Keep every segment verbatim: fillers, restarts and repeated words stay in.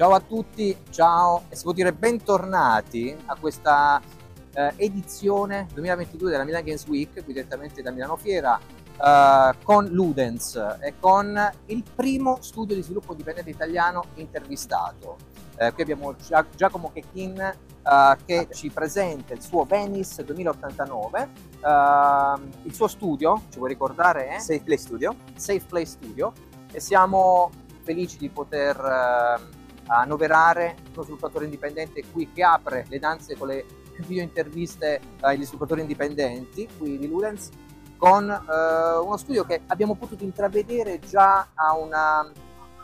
Ciao a tutti, ciao e si può dire bentornati a questa eh, edizione duemilaventidue della Milan Games Week, qui direttamente da Milano Fiera, eh, con Ludens e con il primo studio di sviluppo dipendente italiano intervistato. Eh, qui abbiamo Giacomo Chechin eh, che ci presenta il suo Venice duemilaottantanove, eh, il suo studio, ci vuoi ricordare? È? Safe Play Studio. Safe Play Studio, e siamo felici di poter eh, annoverare uno sviluppatore indipendente qui che apre le danze con le video interviste agli sviluppatori indipendenti qui di Ludens, con eh, uno studio che abbiamo potuto intravedere già a una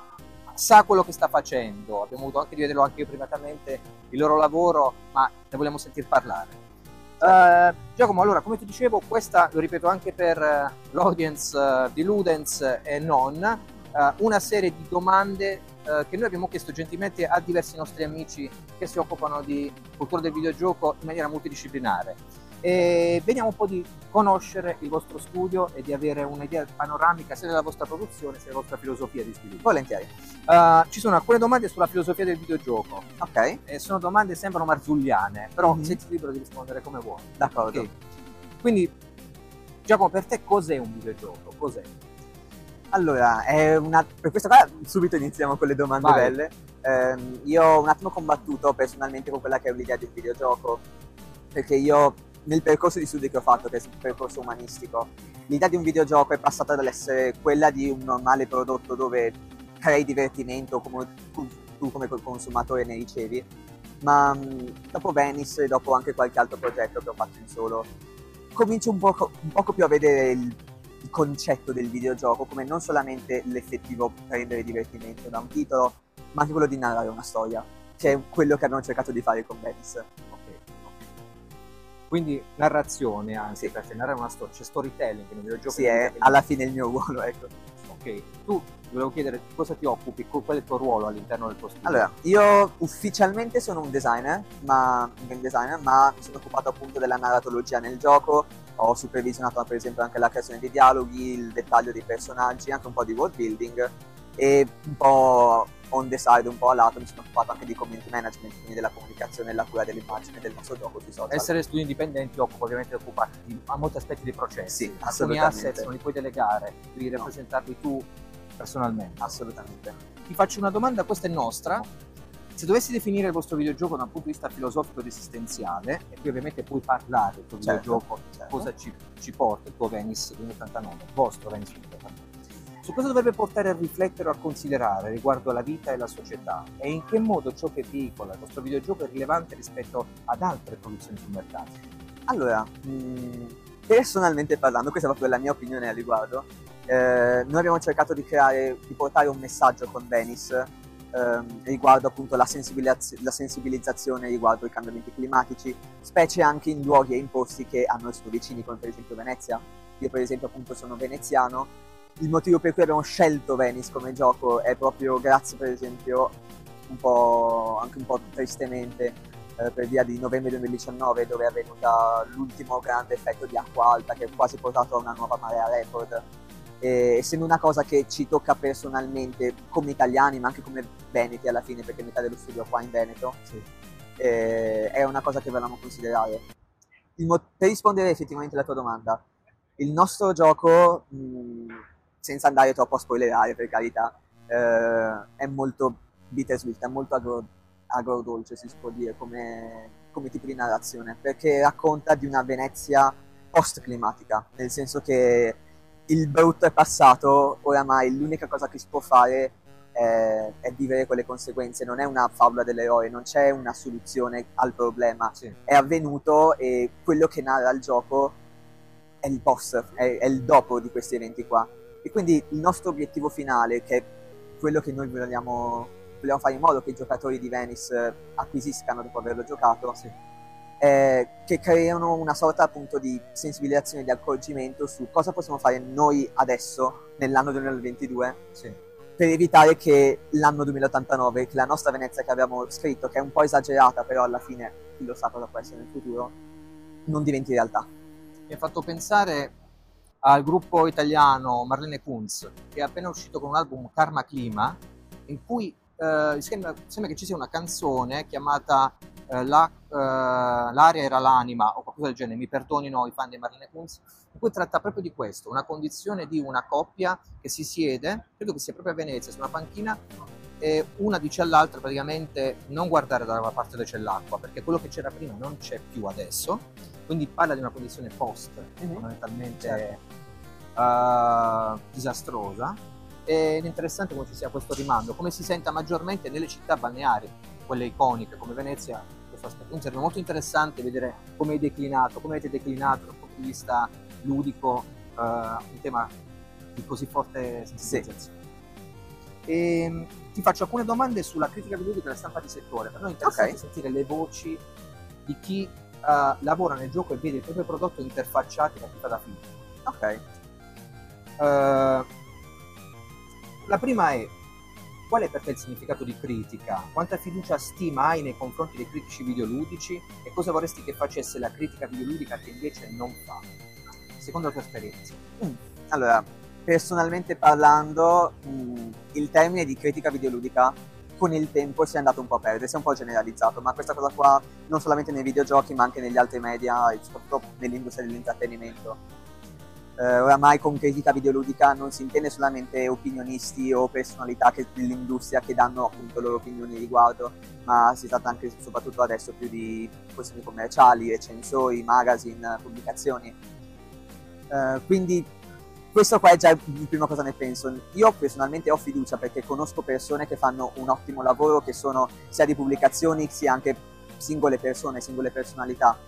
sa quello che sta facendo. Abbiamo avuto anche di vederlo anche io privatamente il loro lavoro, ma ne vogliamo sentir parlare. Uh, Giacomo, allora, come ti dicevo, questa, lo ripeto anche per uh, l'audience uh, di Ludens e non, uh, una serie di domande uh, che noi abbiamo chiesto gentilmente a diversi nostri amici che si occupano di cultura del videogioco in maniera multidisciplinare. E vediamo un po' di conoscere il vostro studio e di avere un'idea panoramica sia della vostra produzione sia della vostra filosofia di sviluppo. Volentieri. Uh, ci sono alcune domande sulla filosofia del videogioco. Ok. E sono domande che sembrano marzulliane, però mm-hmm. sei libero di rispondere come vuoi. D'accordo. Okay. Quindi, Giacomo, per te cos'è un videogioco? Cos'è? Allora, è una... per questa qua subito iniziamo con le domande Vai. belle. Eh, io ho un attimo combattuto personalmente con quella che è l'idea di un videogioco, perché io nel percorso di studi che ho fatto, che è un percorso umanistico, l'idea di un videogioco è passata dall'essere quella di un normale prodotto dove crei divertimento come tu, tu come consumatore ne ricevi, ma mh, dopo Venice e dopo anche qualche altro progetto che ho fatto in solo, comincio un poco, un poco più a vedere il, il concetto del videogioco come non solamente l'effettivo prendere divertimento da un titolo, ma anche quello di narrare una storia, che è quello che abbiamo cercato di fare con Venice. Quindi narrazione, anzi, sì. Per narrare una storia, c'è storytelling nel videogioco. Sì, è alla fine il mio ruolo, ecco. Ok, tu volevo chiedere cosa ti occupi, qual è il tuo ruolo all'interno del tuo studio? Allora, io ufficialmente sono un designer, ma un game designer, ma mi sono occupato appunto della narratologia nel gioco, ho supervisionato per esempio anche la creazione dei dialoghi, il dettaglio dei personaggi, anche un po' di world building e un po' on the side, un po' a lato, mi sono occupato anche di community management, quindi della comunicazione e la cura dell'immagine del nostro gioco sui social. Essere studi indipendenti occupa ovviamente di occuparti di a molti aspetti dei processi. Sì, alcuni asset non li puoi delegare, devi no. rappresentarli tu personalmente. Assolutamente. Ti faccio una domanda, questa è nostra. Se dovessi definire il vostro videogioco da un punto di vista filosofico ed esistenziale, e qui ovviamente puoi parlare del tuo certo, videogioco, certo. cosa ci, ci porta il tuo Venice duemilaottantanove, il vostro Venice duemilaottantanove, su cosa dovrebbe portare a riflettere o a considerare riguardo alla vita e la società, e in che modo ciò che veicola il vostro videogioco è rilevante rispetto ad altre produzioni sul mercato? Allora, mh, personalmente parlando, questa è proprio la mia opinione al riguardo, eh, noi abbiamo cercato di creare, di portare un messaggio con Venice eh, riguardo appunto la, sensibilizz la sensibilizzazione riguardo i cambiamenti climatici, specie anche in luoghi e in posti che a noi sono vicini, come per esempio Venezia. Io per esempio appunto sono veneziano. Il motivo per cui abbiamo scelto Venice come gioco è proprio grazie per esempio un po' anche un po' tristemente eh, per via di novembre duemiladiciannove, dove è avvenuta l'ultimo grande effetto di acqua alta che ha quasi portato a una nuova marea record. E, essendo una cosa che ci tocca personalmente come italiani ma anche come veneti alla fine, perché metà dello studio è qua in Veneto, sì. eh, è una cosa che volevamo considerare. Il per rispondere effettivamente alla tua domanda, il nostro gioco mh, senza andare troppo a spoilerare per carità, eh, è molto bittersweet, è molto agro, agrodolce si può dire come, come tipo di narrazione, perché racconta di una Venezia post-climatica, nel senso che il brutto è passato, oramai l'unica cosa che si può fare è, è vivere quelle conseguenze, non è una favola dell'eroe, non c'è una soluzione al problema, sì. È avvenuto e quello che narra il gioco è il post, è, è il dopo di questi eventi qua. E quindi il nostro obiettivo finale, che è quello che noi vogliamo, vogliamo fare in modo che i giocatori di Venice acquisiscano dopo averlo giocato, sì. È che creano una sorta appunto di sensibilizzazione, di accorgimento su cosa possiamo fare noi adesso, nell'anno duemilaventidue, sì. Per evitare che l'anno duemilaottantanove, che la nostra Venezia che abbiamo scritto, che è un po' esagerata, però alla fine chi lo sa cosa può essere nel futuro, non diventi realtà. Mi ha fatto pensare al gruppo italiano Marlene Kunz, che è appena uscito con un album Karma Clima, in cui eh, sembra, sembra che ci sia una canzone chiamata eh, la, eh, L'aria era l'anima o qualcosa del genere, mi perdonino i fan di Marlene Kunz, in cui tratta proprio di questo, una condizione di una coppia che si siede, credo che sia proprio a Venezia, su una panchina, e una dice all'altra praticamente non guardare dalla parte dove c'è l'acqua, perché quello che c'era prima non c'è più adesso, quindi parla di una condizione post, mm-hmm. fondamentalmente certo. uh, disastrosa, ed è interessante come ci sia questo rimando, come si senta maggiormente nelle città balneari, quelle iconiche come Venezia, questo aspetto. Quindi sarebbe molto interessante vedere come è declinato, come avete declinato dal punto di vista ludico uh, un tema di così forte sensibilizzazione. Sì. E, ti faccio alcune domande sulla critica videoludica della stampa di settore. Per noi è interessante okay. sentire le voci di chi uh, lavora nel gioco e vede il proprio prodotto interfacciato da FIFA da film. Ok. Uh, la prima è: qual è per te il significato di critica? Quanta fiducia stima hai nei confronti dei critici videoludici? E cosa vorresti che facesse la critica videoludica che invece non fa? Secondo la tua esperienza. Mm. Allora, personalmente parlando, mh, il termine di critica videoludica con il tempo si è andato un po' a perdere, si è un po' generalizzato, ma questa cosa qua non solamente nei videogiochi ma anche negli altri media e soprattutto nell'industria dell'intrattenimento. Eh, oramai con critica videoludica non si intende solamente opinionisti o personalità che, dell'industria che danno appunto le loro opinioni riguardo, ma si tratta anche soprattutto adesso più di questioni commerciali, recensori, magazine, pubblicazioni. Eh, quindi questo qua è già la prima cosa ne penso. Io personalmente ho fiducia perché conosco persone che fanno un ottimo lavoro, che sono sia di pubblicazioni sia anche singole persone, singole personalità.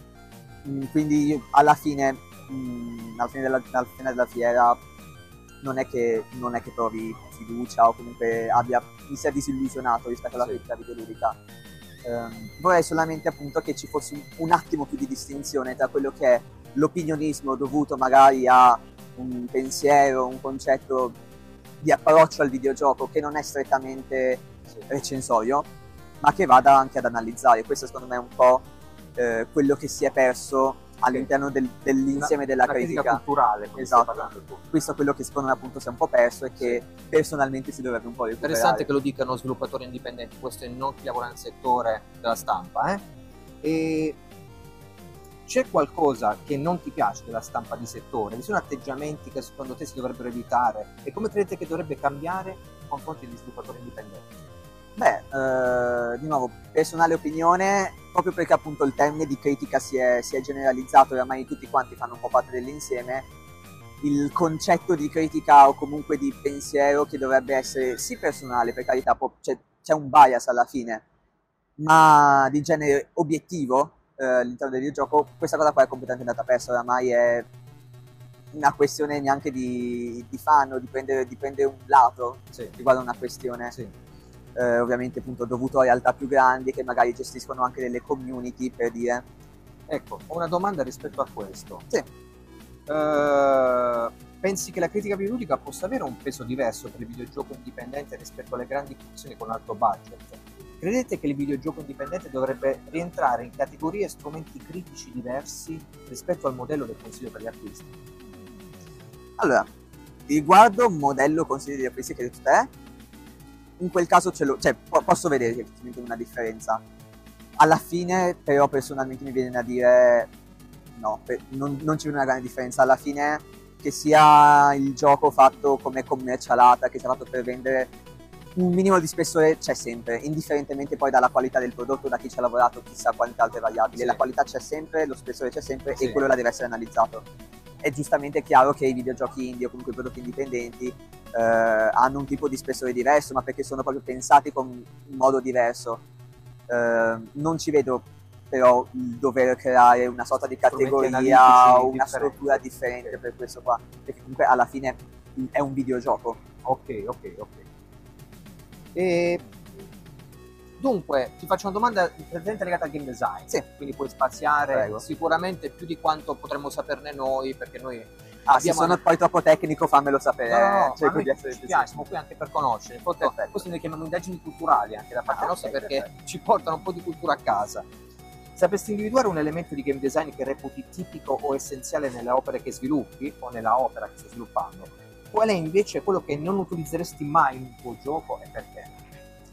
Quindi alla fine, alla fine della, alla fine della fiera non è, che, non è che provi fiducia o comunque abbia, mi sia disillusionato rispetto alla critica videoludica. Um, vorrei solamente appunto che ci fosse un, un attimo più di distinzione tra quello che è l'opinionismo dovuto magari a un pensiero, un concetto di approccio al videogioco che non è strettamente recensorio, ma che vada anche ad analizzare. Questo secondo me è un po' eh, quello che si è perso all'interno del, dell'insieme della una critica. critica culturale. Esatto. Questo è quello che secondo me appunto si è un po' perso e che sì. personalmente si dovrebbe un po' recuperare. Interessante che lo dicano sviluppatori indipendenti, questo è non chi lavora nel settore della stampa. Eh? E c'è qualcosa che non ti piace della stampa di settore? Ci sono atteggiamenti che secondo te si dovrebbero evitare? E come credete che dovrebbe cambiare nei confronti degli sviluppatori indipendenti? Beh, eh, di nuovo, personale opinione, proprio perché appunto il termine di critica si è, si è generalizzato e ormai tutti quanti fanno un po' parte dell'insieme, il concetto di critica o comunque di pensiero che dovrebbe essere sì personale, per carità, c'è un bias alla fine, ma di genere obiettivo, Uh, all'interno del videogioco, questa cosa qua è completamente andata persa, oramai è una questione neanche di, di fan o di prendere, di prendere un lato sì. riguardo una questione sì. uh, ovviamente appunto dovuto a realtà più grandi che magari gestiscono anche delle community, per dire. Ecco, ho una domanda rispetto a questo. Sì. Uh, pensi che la critica videoludica possa avere un peso diverso per il videogioco indipendente rispetto alle grandi produzioni con alto budget? Credete che il videogioco indipendente dovrebbe rientrare in categorie e strumenti critici diversi rispetto al modello del consiglio per gli acquisti? Allora, riguardo modello consiglio degli acquisti che hai detto te, in quel caso ce lo, cioè, posso vedere effettivamente una differenza. Alla fine, però, personalmente mi viene da dire no, non, non ci viene una grande differenza. Alla fine, che sia il gioco fatto come commercialata, che sia fatto per vendere, un minimo di spessore c'è sempre, indifferentemente poi dalla qualità del prodotto, da chi ci ha lavorato, chissà quante altre variabili. Sì. La qualità c'è sempre, lo spessore c'è sempre sì. e quello là deve essere analizzato. È giustamente chiaro che i videogiochi indie o comunque i prodotti indipendenti eh, hanno un tipo di spessore diverso, ma perché sono proprio pensati con un modo diverso. Eh, non ci vedo però il dover creare una sorta di categoria o una struttura differente okay. per questo qua, perché comunque alla fine è un videogioco. Ok, ok, ok. E dunque ti faccio una domanda presente legata al game design, sì. quindi puoi spaziare Prego. sicuramente più di quanto potremmo saperne noi, perché noi ah, se sono una... poi troppo tecnico fammelo sapere. No, no, no, cioè, a me ci piace, siamo qui anche per conoscere. Perfetto. Questo noi chiamiamo indagini culturali anche da parte ah, nostra okay, perché perfetto. ci portano un po' di cultura a casa. Sapresti individuare un elemento di game design che reputi tipico o essenziale nelle opere che sviluppi o nella opera che stai sviluppando? Qual è invece quello che non utilizzeresti mai in un tuo gioco e perché?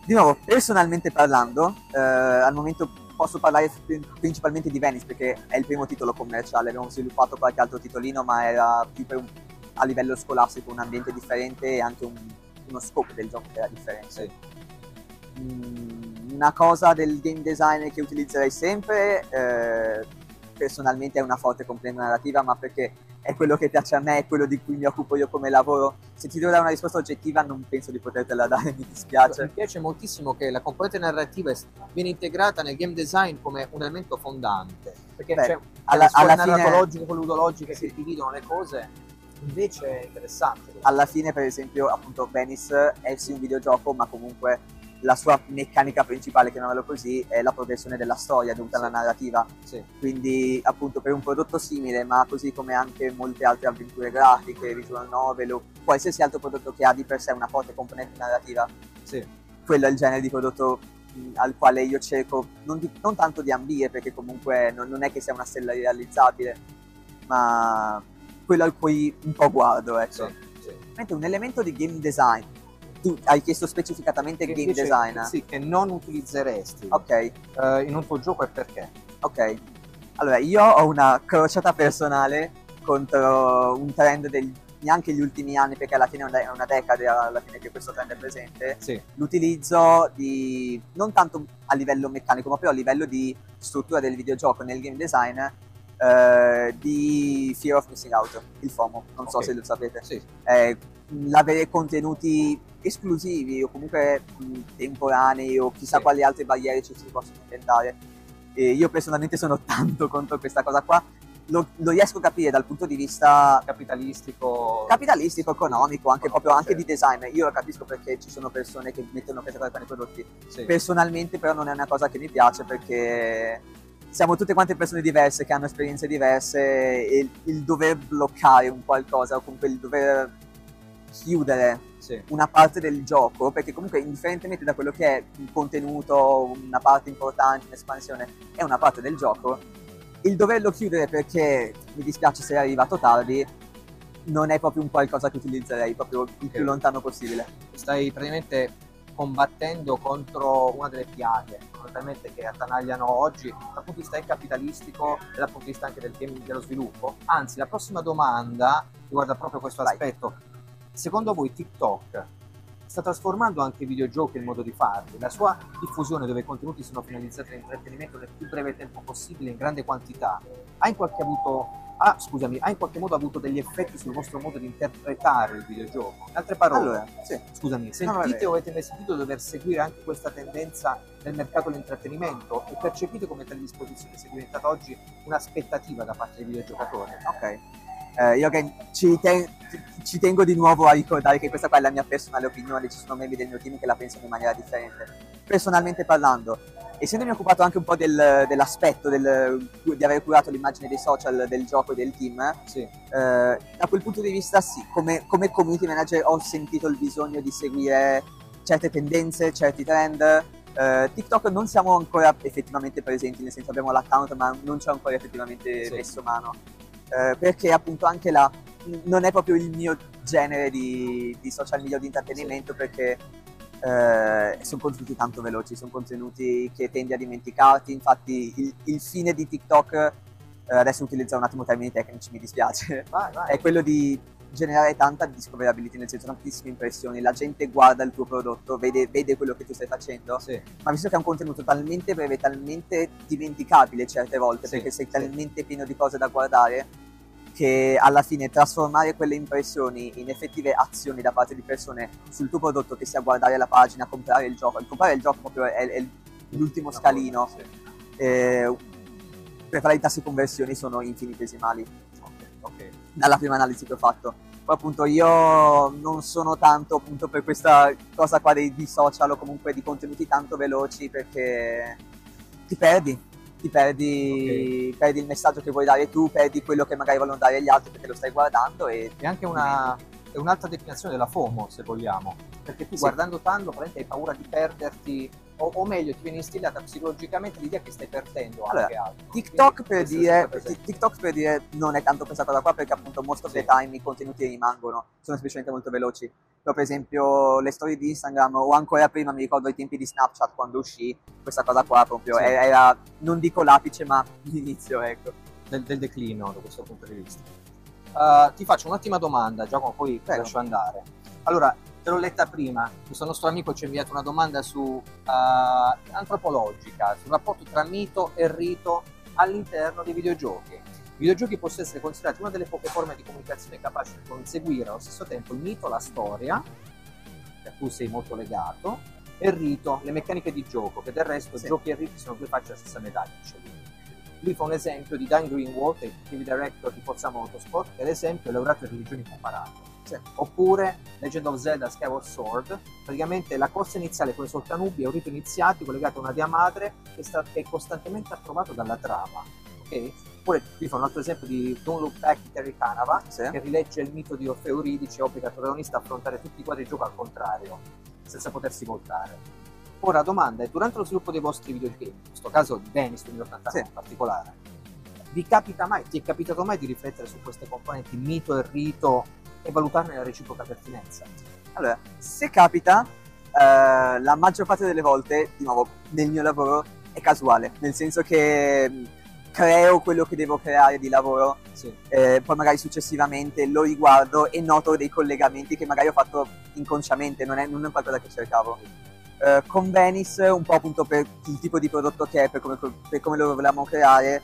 Di nuovo, personalmente parlando, eh, al momento posso parlare principalmente di Venice perché è il primo titolo commerciale, abbiamo sviluppato qualche altro titolino ma era più per un, a livello scolastico un ambiente differente e anche un, uno scopo del gioco che era differente. Sì. Mm, una cosa del game design che utilizzerei sempre, eh, personalmente è una forte componente narrativa, ma perché è quello che piace a me, è quello di cui mi occupo io come lavoro. Se ti devo dare una risposta oggettiva non penso di potertela dare, mi dispiace. Mi piace moltissimo che la componente narrativa viene integrata nel game design come un elemento fondante, perché Beh, c'è alla, le scuole alla fine narratologiche e ludologiche sì. che dividono le cose, invece è interessante. Alla fine, per esempio, appunto Venice è sì un videogioco, ma comunque la sua meccanica principale, chiamiamolo così, è la progressione della storia dovuta Sì. alla narrativa. Sì. Quindi appunto per un prodotto simile, ma così come anche molte altre avventure grafiche, visual novel o qualsiasi altro prodotto che ha di per sé una forte componente narrativa, Sì. quello è il genere di prodotto mh, al quale io cerco non, di, non tanto di ambire, perché comunque non, non è che sia una stella irrealizzabile, ma quello al cui un po' guardo, ecco. Sì. Sì. Mentre un elemento di game design, tu hai chiesto specificatamente Che game invece, design? sì, che non utilizzeresti Ok, eh, in un tuo gioco, e perché? ok. Allora, io ho una crociata personale contro un trend del neanche gli ultimi anni, perché alla fine è una, è una decade alla fine che questo trend è presente. Sì. L'utilizzo di, non tanto a livello meccanico, ma proprio a livello di struttura del videogioco nel game design, eh, di Fear of Missing Out, il FOMO, non so Ok. se lo sapete. Sì. Eh, l'avere contenuti esclusivi o comunque mh, temporanei o chissà Sì. quali altre barriere ci si possono inventare. E io personalmente sono tanto contro questa cosa qua. Lo, lo riesco a capire dal punto di vista Capitalistico, capitalistico, economico, anche proprio anche sì. di design. Io lo capisco perché ci sono persone che mettono queste cose nei prodotti. Sì. Personalmente però non è una cosa che mi piace, perché siamo tutte quante persone diverse che hanno esperienze diverse e il, il dover bloccare un qualcosa o comunque il dover chiudere Sì. una parte del gioco, perché comunque indifferentemente da quello che è un contenuto, una parte importante, un'espansione, è una parte del gioco, il doverlo chiudere perché mi dispiace se è arrivato tardi non è proprio un qualcosa che utilizzerei proprio il Ok. più lontano possibile. Stai praticamente combattendo contro una delle piaghe fondamentalmente che attanagliano oggi dal punto di vista capitalistico e dal punto di vista anche del game, dello sviluppo. Anzi, la prossima domanda riguarda proprio questo Vai. aspetto. Secondo voi TikTok sta trasformando anche i videogiochi il modo di farli? La sua diffusione, dove i contenuti sono finalizzati all'intrattenimento nel più breve tempo possibile in grande quantità, ha in qualche avuto ah, scusami, ha in qualche modo avuto degli effetti sul vostro modo di interpretare il videogioco? In altre parole, Allora, sì. scusami, No, sentite vabbè. o avete mai sentito di dover seguire anche questa tendenza nel mercato dell'intrattenimento e percepite come tale disposizione sia diventata oggi un'aspettativa da parte dei videogiocatori? Ok. Eh, io che ci, ten- ci tengo di nuovo a ricordare che questa qua è la mia personale opinione, ci sono membri del mio team che la pensano in maniera differente. Personalmente parlando, essendomi occupato anche un po' del, dell'aspetto del, di aver curato l'immagine dei social del gioco e del team, Sì. eh, da quel punto di vista sì, come, come community manager ho sentito il bisogno di seguire certe tendenze, certi trend. eh, TikTok non siamo ancora effettivamente presenti, nel senso abbiamo l'account ma non ci ho ancora effettivamente Sì. messo mano, eh, perché appunto anche là non è proprio il mio genere di, di social media di intrattenimento, sì. Perché eh, sono contenuti tanto veloci, sono contenuti che tendi a dimenticarti. Infatti il, il fine di TikTok, eh, adesso utilizzo un attimo termini tecnici, mi dispiace, Vai, vai. è quello di generare tanta discoverability, nel senso tantissime impressioni, la gente guarda il tuo prodotto, vede, vede quello che tu stai facendo, Sì. ma visto che è un contenuto talmente breve, talmente dimenticabile certe volte, Sì, perché sei sì. talmente pieno di cose da guardare, che alla fine trasformare quelle impressioni in effettive azioni da parte di persone sul tuo prodotto, che sia guardare la pagina, comprare il gioco, il comprare il gioco proprio è, è l'ultimo Una scalino, cosa, sì. eh, per fare i tassi di conversioni sono infinitesimali, Ok, ok. dalla prima analisi che ho fatto. Poi appunto io non sono tanto appunto per questa cosa qua dei, di social o comunque di contenuti tanto veloci, perché ti perdi. Ti perdi, okay. perdi il messaggio che vuoi dare tu, perdi quello che magari vogliono dare gli altri perché lo stai guardando. E è anche una, è un'altra definizione della FOMO, se vogliamo, perché tu sì. guardando tanto praticamente hai paura di perderti, o, o meglio ti viene instillata psicologicamente l'idea che stai perdendo allora, anche altro. TikTok per, dire, TikTok per dire non è tanto questa cosa qua, perché appunto most of the sì. time i contenuti rimangono, sono semplicemente molto veloci. però per esempio le storie di Instagram o ancora prima mi ricordo i tempi di Snapchat quando uscì, questa cosa qua proprio Sì. era, non dico l'apice ma l'inizio, ecco. Del, del declino da questo punto di vista. Uh, ti faccio un'ultima domanda, Giacomo, poi ti lascio andare. Allora, te l'ho letta prima, questo nostro amico ci ha inviato una domanda su uh, antropologica, sul rapporto tra mito e rito all'interno dei videogiochi. I videogiochi possono essere considerati una delle poche forme di comunicazione capaci di conseguire allo stesso tempo il mito, la storia, a cui sei molto legato, e il rito, le meccaniche di gioco, che del resto sì. Giochi e riti sono due facce della stessa medaglia. Cioè, lui fa un esempio di Dan Greenwald, che è il creative director di Forza Motorsport, che ad esempio è laureato in religioni comparate. Cioè, oppure Legend of Zelda Skyward Sword, praticamente la corsa iniziale con i soltanubi è un rito iniziatico legato a una dea madre che, sta, che è costantemente approvato dalla trama. Okay? Oppure qui fa un altro esempio di Don't Look Back di Terry Canava, sì. Che rilegge il mito di Orfeo Euridice e obbliga il protagonista a affrontare tutti i quadri di gioco al contrario, senza potersi voltare. Ora la domanda è, durante lo sviluppo dei vostri videogame, in questo caso di Venice duemilaottanta sì. In particolare, vi capita mai, ti è capitato mai di riflettere su queste componenti, mito e rito, e valutarne la reciproca pertinenza? Allora, se capita, eh, la maggior parte delle volte, di nuovo, nel mio lavoro è casuale, nel senso che creo quello che devo creare di lavoro, sì. eh, poi magari successivamente lo riguardo e noto dei collegamenti che magari ho fatto inconsciamente, non è, non è qualcosa che cercavo. Uh, con Venice, un po' appunto per il tipo di prodotto che è, per come, per come lo volevamo creare,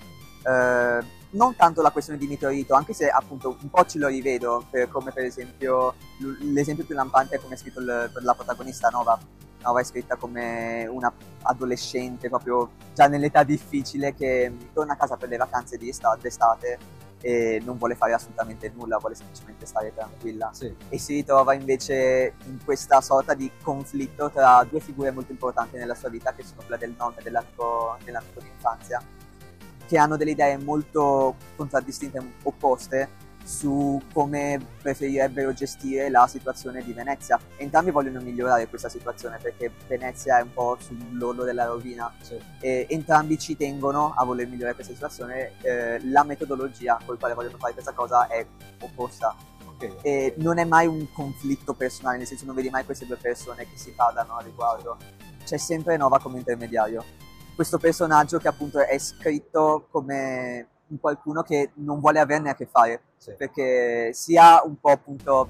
uh, non tanto la questione di meteorito, anche se appunto un po' ce lo rivedo, per come per esempio l'esempio più lampante è come è scritto il, per la protagonista Nova. Nova è scritta come una adolescente proprio già nell'età difficile che torna a casa per le vacanze di estate e non vuole fare assolutamente nulla, vuole semplicemente stare tranquilla, sì. E si ritrova invece in questa sorta di conflitto tra due figure molto importanti nella sua vita, che sono quella del nonno e dell'amico dell'amico d'infanzia, che hanno delle idee molto contraddistinte, opposte su come preferirebbero gestire la situazione di Venezia. Entrambi vogliono migliorare questa situazione perché Venezia è un po' sull'orlo della rovina, sì. E entrambi ci tengono a voler migliorare questa situazione. Eh, la metodologia con la quale vogliono fare questa cosa è opposta, okay. E non è mai un conflitto personale, nel senso non vedi mai queste due persone che si parlano a riguardo, c'è sempre Nova come intermediario, questo personaggio che appunto è scritto come qualcuno che non vuole averne a che fare, sì. Perché sia un po' appunto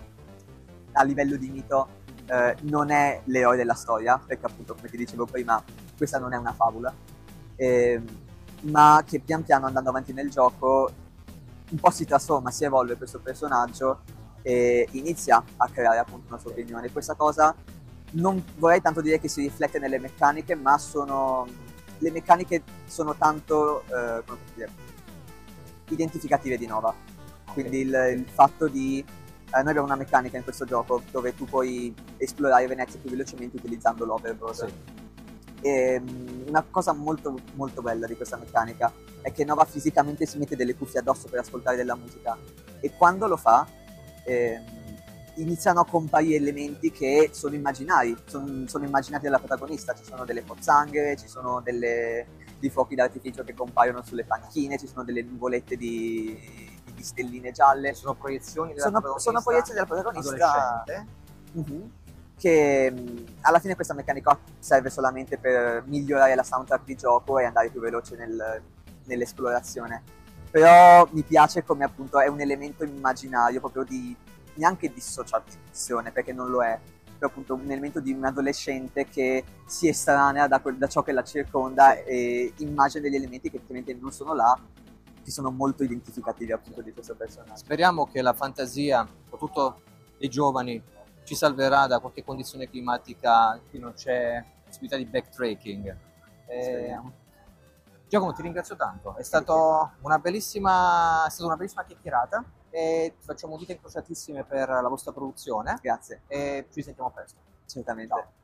a livello di mito eh, non è l'eroe della storia, perché appunto come ti dicevo prima questa non è una favola, eh, ma che pian piano andando avanti nel gioco un po' si trasforma, si evolve questo personaggio e inizia a creare appunto una sua opinione. Questa cosa non vorrei tanto dire che si riflette nelle meccaniche, ma sono le meccaniche sono tanto eh, come posso dire, identificative di Nova, quindi il, il fatto di eh, noi abbiamo una meccanica in questo gioco dove tu puoi esplorare Venezia più velocemente utilizzando l'hoverboard, sì. E una cosa molto molto bella di questa meccanica è che Nova fisicamente si mette delle cuffie addosso per ascoltare della musica e quando lo fa eh, iniziano a comparire elementi che sono immaginari, sono, sono immaginati dalla protagonista, ci sono delle pozzanghere, ci sono delle, dei fuochi d'artificio che compaiono sulle panchine, ci sono delle nuvolette di, di stelline gialle. Sono proiezioni della sono, protagonista sono proiezioni della protagonista adolescente. Uh-huh. Che alla fine questa meccanica serve solamente per migliorare la soundtrack di gioco e andare più veloce nel, nell'esplorazione. Però mi piace come appunto è un elemento immaginario, proprio di neanche dissociazione, perché non lo è, però appunto un elemento di un adolescente che si estranea da, da ciò che la circonda e immagina degli elementi che ovviamente non sono là, che sono molto identificativi appunto di questo personaggio. Speriamo che la fantasia, soprattutto dei giovani, ci salverà da qualche condizione climatica in cui non c'è possibilità di backtracking. Eh, Giacomo, ti ringrazio tanto, è, stato una bellissima, è stata una bellissima chiacchierata e ti facciamo dita incrociatissime per la vostra produzione. Grazie. E ci sentiamo presto. Certamente. Ciao.